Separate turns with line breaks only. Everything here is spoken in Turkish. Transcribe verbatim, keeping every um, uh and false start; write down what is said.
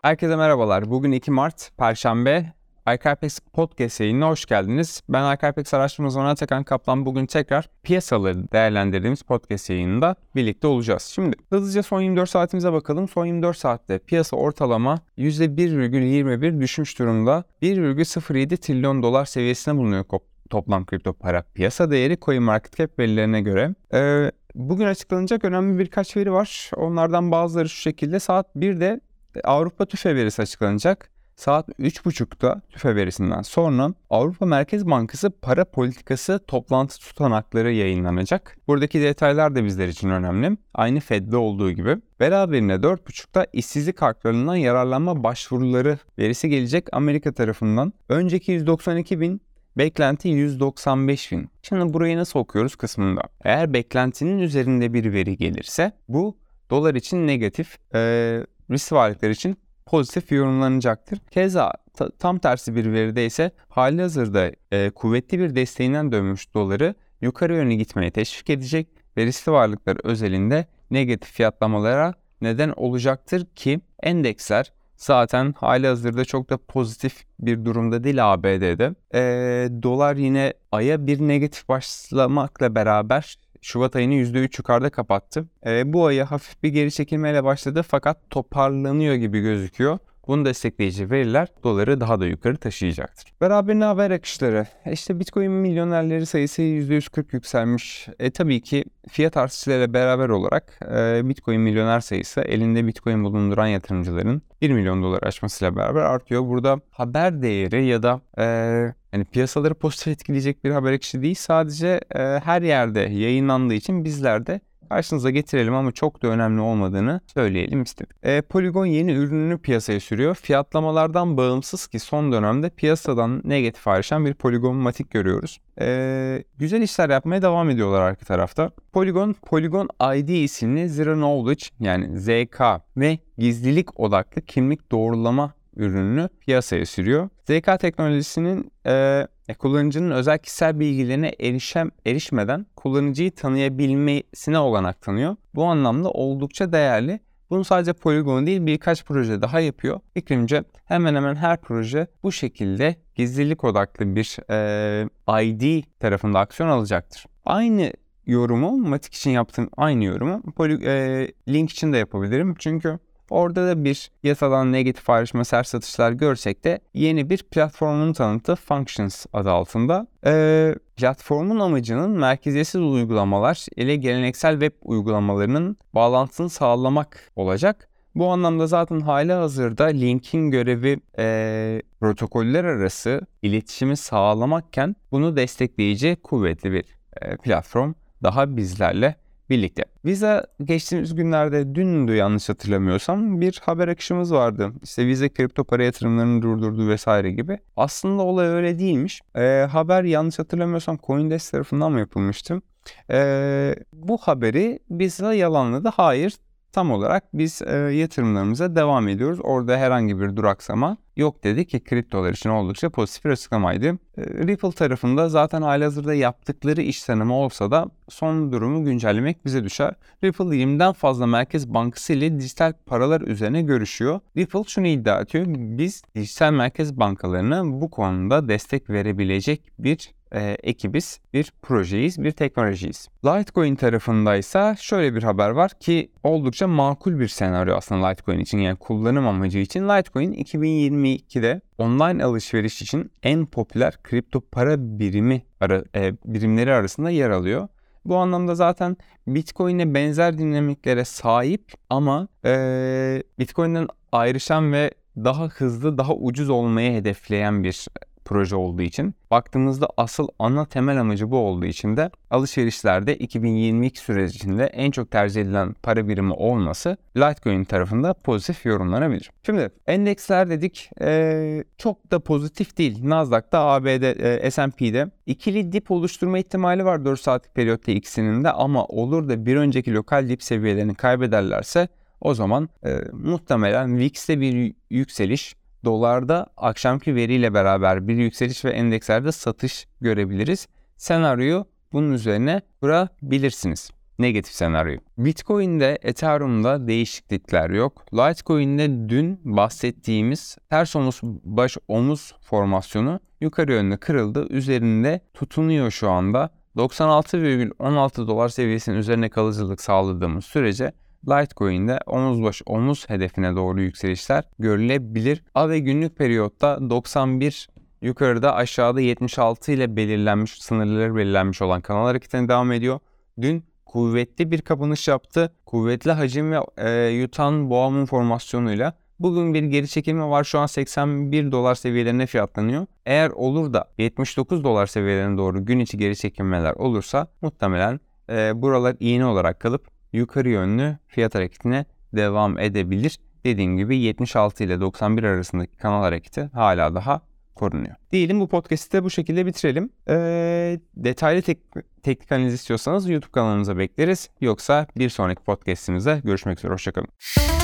Herkese merhabalar. Bugün iki Mart Perşembe. iCarpex Podcast yayınına hoş geldiniz. Ben iCarpex araştırma uzmanı Atakan Kaplan. Bugün tekrar piyasaları değerlendirdiğimiz podcast yayınında birlikte olacağız. Şimdi hızlıca son yirmi dört saatimize bakalım. Son yirmi dört saatte piyasa ortalama yüzde bir virgül yirmi bir düşmüş durumda. bir virgül sıfır yedi trilyon dolar seviyesine bulunuyor toplam kripto para piyasa değeri CoinMarketCap verilerine göre. Ee, bugün açıklanacak önemli birkaç veri var. Onlardan bazıları şu şekilde. Saat birde Avrupa TÜFE verisi açıklanacak. Saat üç buçukta TÜFE verisinden sonra Avrupa Merkez Bankası para politikası toplantı tutanakları yayınlanacak. Buradaki detaylar da bizler için önemli. Aynı Fed'de olduğu gibi. Beraberinde dört buçukta işsizlik haklarından yararlanma başvuruları verisi gelecek Amerika tarafından. Önceki yüz doksan iki bin, beklenti yüz doksan beş bin. Şimdi burayı nasıl okuyoruz kısmında? Eğer beklentinin üzerinde bir veri gelirse bu dolar için negatif, ee, risk varlıklar için pozitif yorumlanacaktır. Keza ta, tam tersi bir veride ise halihazırda e, kuvvetli bir desteğinden dönmüş doları yukarı yönlü gitmeye teşvik edecek ve riskli varlıklar özelinde negatif fiyatlamalara neden olacaktır ki endeksler zaten halihazırda çok da pozitif bir durumda değil A B D'de. E, dolar yine aya bir negatif başlamakla beraber Şubat ayını yüzde üç yukarıda kapattı. E, bu ayı hafif bir geri çekilmeyle başladı fakat toparlanıyor gibi gözüküyor. Bunu destekleyici veriler doları daha da yukarı taşıyacaktır. Beraberinde haber akışları. İşte Bitcoin milyonerleri sayısı yüzde yüz kırk yükselmiş. E tabii ki fiyat artışlarıyla beraber olarak e, Bitcoin milyoner sayısı elinde Bitcoin bulunduran yatırımcıların bir milyon dolar aşmasıyla beraber artıyor. Burada haber değeri ya da e, yani piyasaları pozitif etkileyecek bir haber akışı değil. Sadece e, her yerde yayınlandığı için bizler de karşınıza getirelim ama çok da önemli olmadığını söyleyelim istedik. E, Polygon yeni ürününü piyasaya sürüyor. Fiyatlamalardan bağımsız ki son dönemde piyasadan negatif ayrışan bir Polygon Matic görüyoruz. E, güzel işler yapmaya devam ediyorlar arka tarafta. Polygon, Polygon I D isimli Zero Knowledge yani Z K ve gizlilik odaklı kimlik doğrulama ürününü piyasaya sürüyor. Z K teknolojisinin e, kullanıcının özel kişisel bilgilerine erişem, erişmeden kullanıcıyı tanıyabilmesine olanak tanıyor. Bu anlamda oldukça değerli. Bunu sadece Polygon değil birkaç proje daha yapıyor. Fikrimce hemen hemen her proje bu şekilde gizlilik odaklı bir e, I D tarafında aksiyon alacaktır. Aynı yorumu Matic için yaptığım aynı yorumu Poly, e, Link için de yapabilirim. Çünkü orada da bir yasadan negatif ayrışma sert satışlar görsek de yeni bir platformun tanıtı Functions adı altında. Ee, platformun amacının merkeziyetsiz uygulamalar ile geleneksel web uygulamalarının bağlantısını sağlamak olacak. Bu anlamda zaten halihazırda Link'in görevi e, protokoller arası iletişimi sağlamakken bunu destekleyici kuvvetli bir e, platform daha bizlerle birlikte. Visa geçtiğimiz günlerde dün yanlış hatırlamıyorsam bir haber akışımız vardı. İşte Visa kripto para yatırımlarını durdurdu vesaire gibi. Aslında olay öyle değilmiş. Ee, haber yanlış hatırlamıyorsam CoinDesk tarafından mı yapılmıştı? Ee, bu haberi Visa yalanladı. Hayır. Tam olarak biz e, yatırımlarımıza devam ediyoruz. Orada herhangi bir duraksama yok dedi ki kriptolar için oldukça pozitif bir açıklamaydı. E, Ripple tarafında zaten halihazırda yaptıkları iş tanımı olsa da son durumu güncellemek bize düşer. Ripple yirmiden fazla merkez bankası ile dijital paralar üzerine görüşüyor. Ripple şunu iddia ediyor. Biz dijital merkez bankalarına bu konuda destek verebilecek bir e, ekibiz, bir projeyiz, bir teknolojiyiz. Litecoin tarafındaysa şöyle bir haber var ki oldukça makul bir senaryo aslında Litecoin için, yani kullanım amacı için. Litecoin iki bin yirmi ikide online alışveriş için en popüler kripto para birimi ara, e, birimleri arasında yer alıyor. Bu anlamda zaten Bitcoin'e benzer dinamiklere sahip ama e, Bitcoin'den ayrışan ve daha hızlı, daha ucuz olmayı hedefleyen bir proje olduğu için, baktığımızda asıl ana temel amacı bu olduğu için de alışverişlerde iki bin yirmi iki sürecinde en çok tercih edilen para birimi olması Litecoin tarafında pozitif yorumlanabilir. Şimdi endeksler dedik, ee, çok da pozitif değil. Nasdaq'ta, A B D, e, S and P'de ikili dip oluşturma ihtimali var dört saatlik periyotta ikisinin de, ama olur da bir önceki lokal dip seviyelerini kaybederlerse o zaman e, muhtemelen V I X'te bir yükseliş, dolarda akşamki veriyle beraber bir yükseliş ve endekslerde satış görebiliriz. Senaryoyu bunun üzerine kurabilirsiniz. negatif senaryo. Bitcoin'de, Ethereum'da değişiklikler yok. Litecoin'de dün bahsettiğimiz ters omuz baş omuz formasyonu yukarı yönlü kırıldı. Üzerinde tutunuyor şu anda. doksan altı virgül on altı dolar seviyesinin üzerine kalıcılık sağladığımız sürece Litecoin'de omuz baş omuz hedefine doğru yükselişler görülebilir. A ve günlük periyotta doksan bir, yukarıda aşağıda yetmiş altı ile belirlenmiş, sınırları belirlenmiş olan kanal hareketine devam ediyor. Dün kuvvetli bir kapanış yaptı. Kuvvetli hacim ve e, yutan boğa mum formasyonuyla bugün bir geri çekilme var. Şu an seksen bir dolar seviyelerine fiyatlanıyor. Eğer olur da yetmiş dokuz dolar seviyelerine doğru gün içi geri çekilmeler olursa muhtemelen e, buralar iğne olarak kalıp yukarı yönlü fiyat hareketine devam edebilir. Dediğim gibi yetmiş altı ile doksan bir arasındaki kanal hareketi hala daha korunuyor. Diyelim bu podcast'i de bu şekilde bitirelim. Ee, detaylı tek, teknik analiz istiyorsanız YouTube kanalımıza bekleriz. Yoksa bir sonraki podcast'imizde görüşmek üzere. Hoşçakalın.